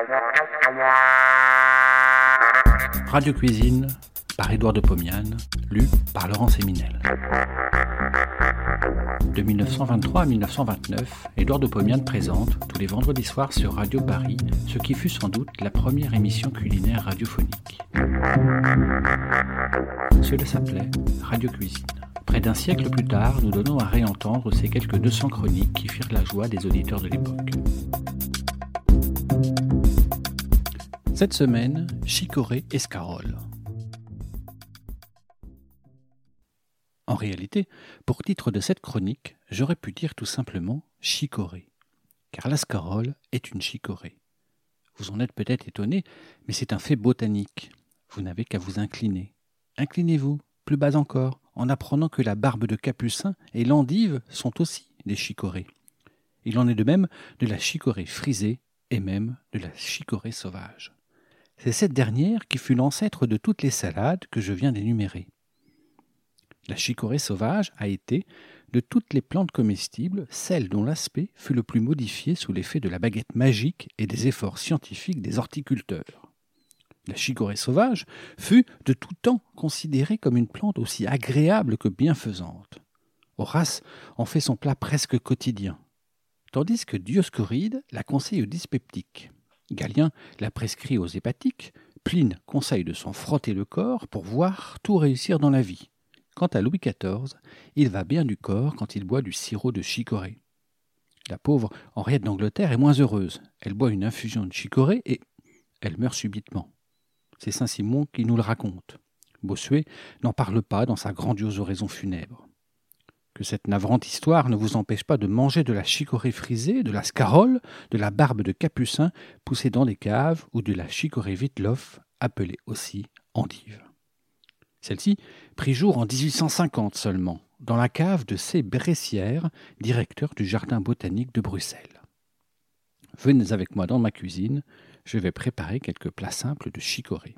Radio Cuisine par Édouard de Pomian, lu par Laurent Séminel. De 1923 à 1929, Édouard de Pomian présente, tous les vendredis soirs sur Radio Paris, ce qui fut sans doute la première émission culinaire radiophonique. Cela s'appelait Radio Cuisine. Près d'un siècle plus tard, nous donnons à réentendre ces quelques 200 chroniques qui firent la joie des auditeurs de l'époque. Cette semaine, chicorée escarole. En réalité, pour titre de cette chronique, j'aurais pu dire tout simplement chicorée, car l'escarole est une chicorée. Vous en êtes peut-être étonné, mais c'est un fait botanique. Vous n'avez qu'à vous incliner. Inclinez-vous, plus bas encore, en apprenant que la barbe de capucin et l'endive sont aussi des chicorées. Il en est de même de la chicorée frisée et même de la chicorée sauvage. C'est cette dernière qui fut l'ancêtre de toutes les salades que je viens d'énumérer. La chicorée sauvage a été, de toutes les plantes comestibles, celle dont l'aspect fut le plus modifié sous l'effet de la baguette magique et des efforts scientifiques des horticulteurs. La chicorée sauvage fut de tout temps considérée comme une plante aussi agréable que bienfaisante. Horace en fait son plat presque quotidien, tandis que Dioscoride la conseille aux dyspeptiques. Galien la prescrit aux hépatiques, Pline conseille de s'en frotter le corps pour voir tout réussir dans la vie. Quant à Louis XIV, il va bien du corps quand il boit du sirop de chicorée. La pauvre Henriette d'Angleterre est moins heureuse. Elle boit une infusion de chicorée et elle meurt subitement. C'est Saint-Simon qui nous le raconte. Bossuet n'en parle pas dans sa grandiose oraison funèbre. Que cette navrante histoire ne vous empêche pas de manger de la chicorée frisée, de la scarole, de la barbe de capucin poussée dans les caves ou de la chicorée Wittloff, appelée aussi endive. Celle-ci prit jour en 1850 seulement, dans la cave de C. Bressière, directeur du Jardin botanique de Bruxelles. Venez avec moi dans ma cuisine, je vais préparer quelques plats simples de chicorée.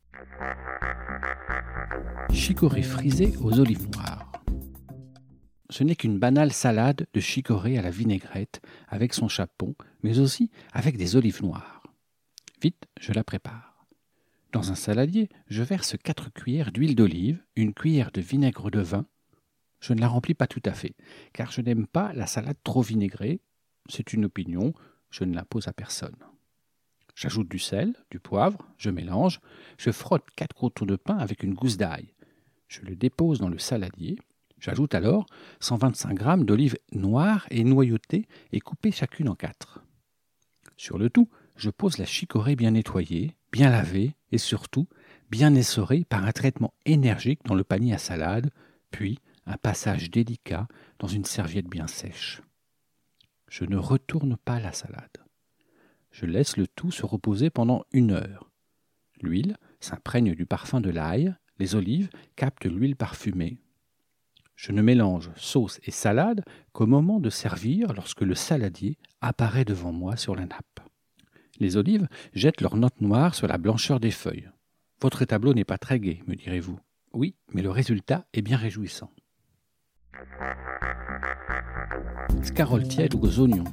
Chicorée frisée aux olives noires. Ce n'est qu'une banale salade de chicorée à la vinaigrette, avec son chapon, mais aussi avec des olives noires. Vite, je la prépare. Dans un saladier, je verse 4 cuillères d'huile d'olive, une cuillère de vinaigre de vin. Je ne la remplis pas tout à fait, car je n'aime pas la salade trop vinaigrée. C'est une opinion, je ne l'impose à personne. J'ajoute du sel, du poivre, je mélange, je frotte 4 croûtons de pain avec une gousse d'ail. Je le dépose dans le saladier. J'ajoute alors 125 g d'olives noires et noyautées et coupées chacune en 4. Sur le tout, je pose la chicorée bien nettoyée, bien lavée et surtout bien essorée par un traitement énergique dans le panier à salade, puis un passage délicat dans une serviette bien sèche. Je ne retourne pas la salade. Je laisse le tout se reposer pendant 1 heure. L'huile s'imprègne du parfum de l'ail, les olives captent l'huile parfumée. Je ne mélange sauce et salade qu'au moment de servir lorsque le saladier apparaît devant moi sur la nappe. Les olives jettent leurs notes noires sur la blancheur des feuilles. Votre tableau n'est pas très gai, me direz-vous. Oui, mais le résultat est bien réjouissant. Scarole tiède aux oignons.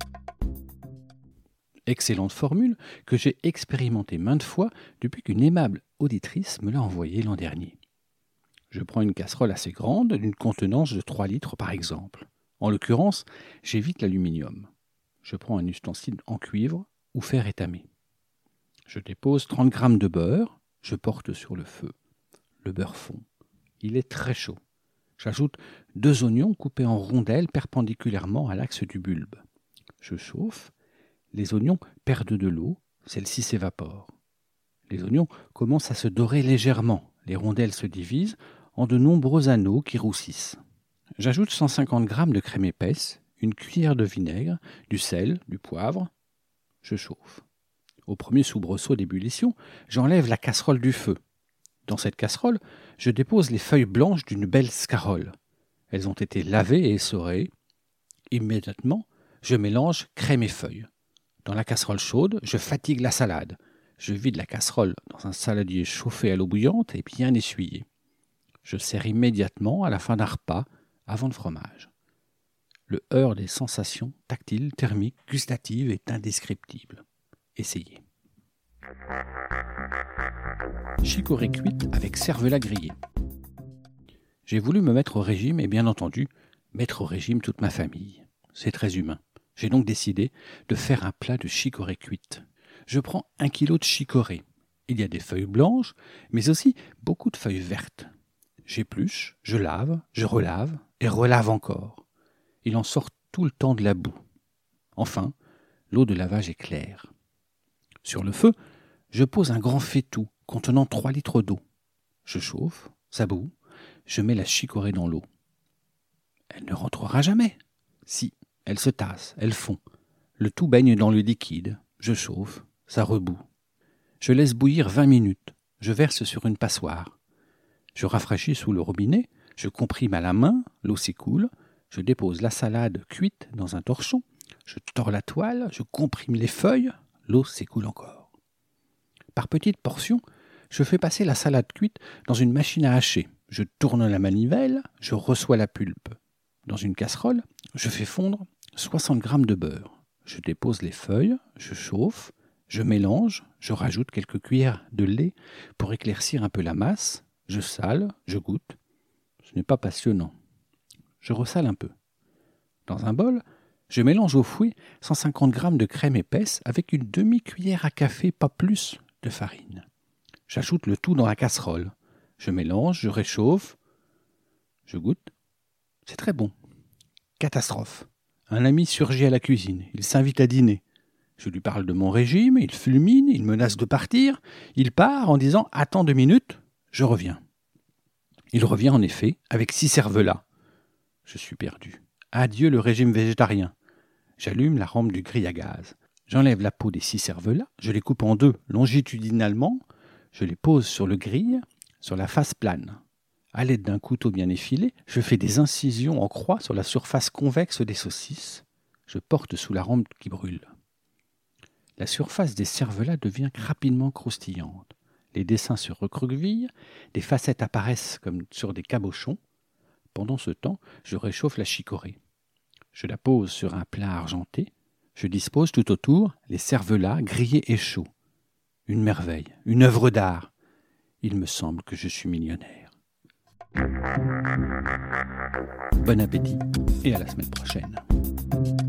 Excellente formule que j'ai expérimentée maintes fois depuis qu'une aimable auditrice me l'a envoyée l'an dernier. Je prends une casserole assez grande, d'une contenance de 3 litres par exemple. En l'occurrence, j'évite l'aluminium. Je prends un ustensile en cuivre ou fer étamé. Je dépose 30 g de beurre, je porte sur le feu. Le beurre fond. Il est très chaud. J'ajoute 2 oignons coupés en rondelles perpendiculairement à l'axe du bulbe. Je chauffe. Les oignons perdent de l'eau, celle-ci s'évapore. Les oignons commencent à se dorer légèrement. Les rondelles se divisent en de nombreux anneaux qui roussissent. J'ajoute 150 g de crème épaisse, une cuillère de vinaigre, du sel, du poivre. Je chauffe. Au premier soubresaut d'ébullition, j'enlève la casserole du feu. Dans cette casserole, je dépose les feuilles blanches d'une belle scarole. Elles ont été lavées et essorées. Immédiatement, je mélange crème et feuilles. Dans la casserole chaude, je fatigue la salade. Je vide la casserole dans un saladier chauffé à l'eau bouillante et bien essuyé. Je sers immédiatement à la fin d'un repas, avant le fromage. Le heurt des sensations tactiles, thermiques, gustatives est indescriptible. Essayez. Chicorée cuite avec cervelas grillé. J'ai voulu me mettre au régime et bien entendu, mettre au régime toute ma famille. C'est très humain. J'ai donc décidé de faire un plat de chicorée cuite. Je prends 1 kilo de chicorée. Il y a des feuilles blanches, mais aussi beaucoup de feuilles vertes. J'épluche, je lave, je relave et relave encore. Il en sort tout le temps de la boue. Enfin, l'eau de lavage est claire. Sur le feu, je pose un grand faitout contenant 3 litres d'eau. Je chauffe, ça bout, je mets la chicorée dans l'eau. Elle ne rentrera jamais. Si, elle se tasse, elle fond. Le tout baigne dans le liquide. Je chauffe, ça rebout. Je laisse bouillir 20 minutes. Je verse sur une passoire. Je rafraîchis sous le robinet. Je comprime à la main, l'eau s'écoule. Je dépose la salade cuite dans un torchon. Je tords la toile, je comprime les feuilles. L'eau s'écoule encore. Par petites portions, je fais passer la salade cuite dans une machine à hacher. Je tourne la manivelle, je reçois la pulpe. Dans une casserole, je fais fondre 60 g de beurre. Je dépose les feuilles, je chauffe, je mélange, je rajoute quelques cuillères de lait pour éclaircir un peu la masse. Je sale, je goûte. Ce n'est pas passionnant. Je ressale un peu. Dans un bol, je mélange au fouet 150 g de crème épaisse avec une demi-cuillère à café, pas plus, de farine. J'ajoute le tout dans la casserole. Je mélange, je réchauffe. Je goûte. C'est très bon. Catastrophe. Un ami surgit à la cuisine. Il s'invite à dîner. Je lui parle de mon régime, il fulmine, il menace de partir. Il part en disant « Attends 2 minutes, je reviens ». Il revient en effet avec 6 cervelas. Je suis perdu. Adieu le régime végétarien. J'allume la rampe du grill à gaz. J'enlève la peau des 6 cervelas, je les coupe en 2 longitudinalement, je les pose sur le grill, sur la face plane. À l'aide d'un couteau bien effilé, je fais des incisions en croix sur la surface convexe des saucisses. Je porte sous la rampe qui brûle. La surface des cervelas devient rapidement croustillante. Les dessins se recroquevillent, des facettes apparaissent comme sur des cabochons. Pendant ce temps, je réchauffe la chicorée. Je la pose sur un plat argenté. Je dispose tout autour les cervelas grillés et chauds. Une merveille, une œuvre d'art. Il me semble que je suis millionnaire. Bon appétit et à la semaine prochaine.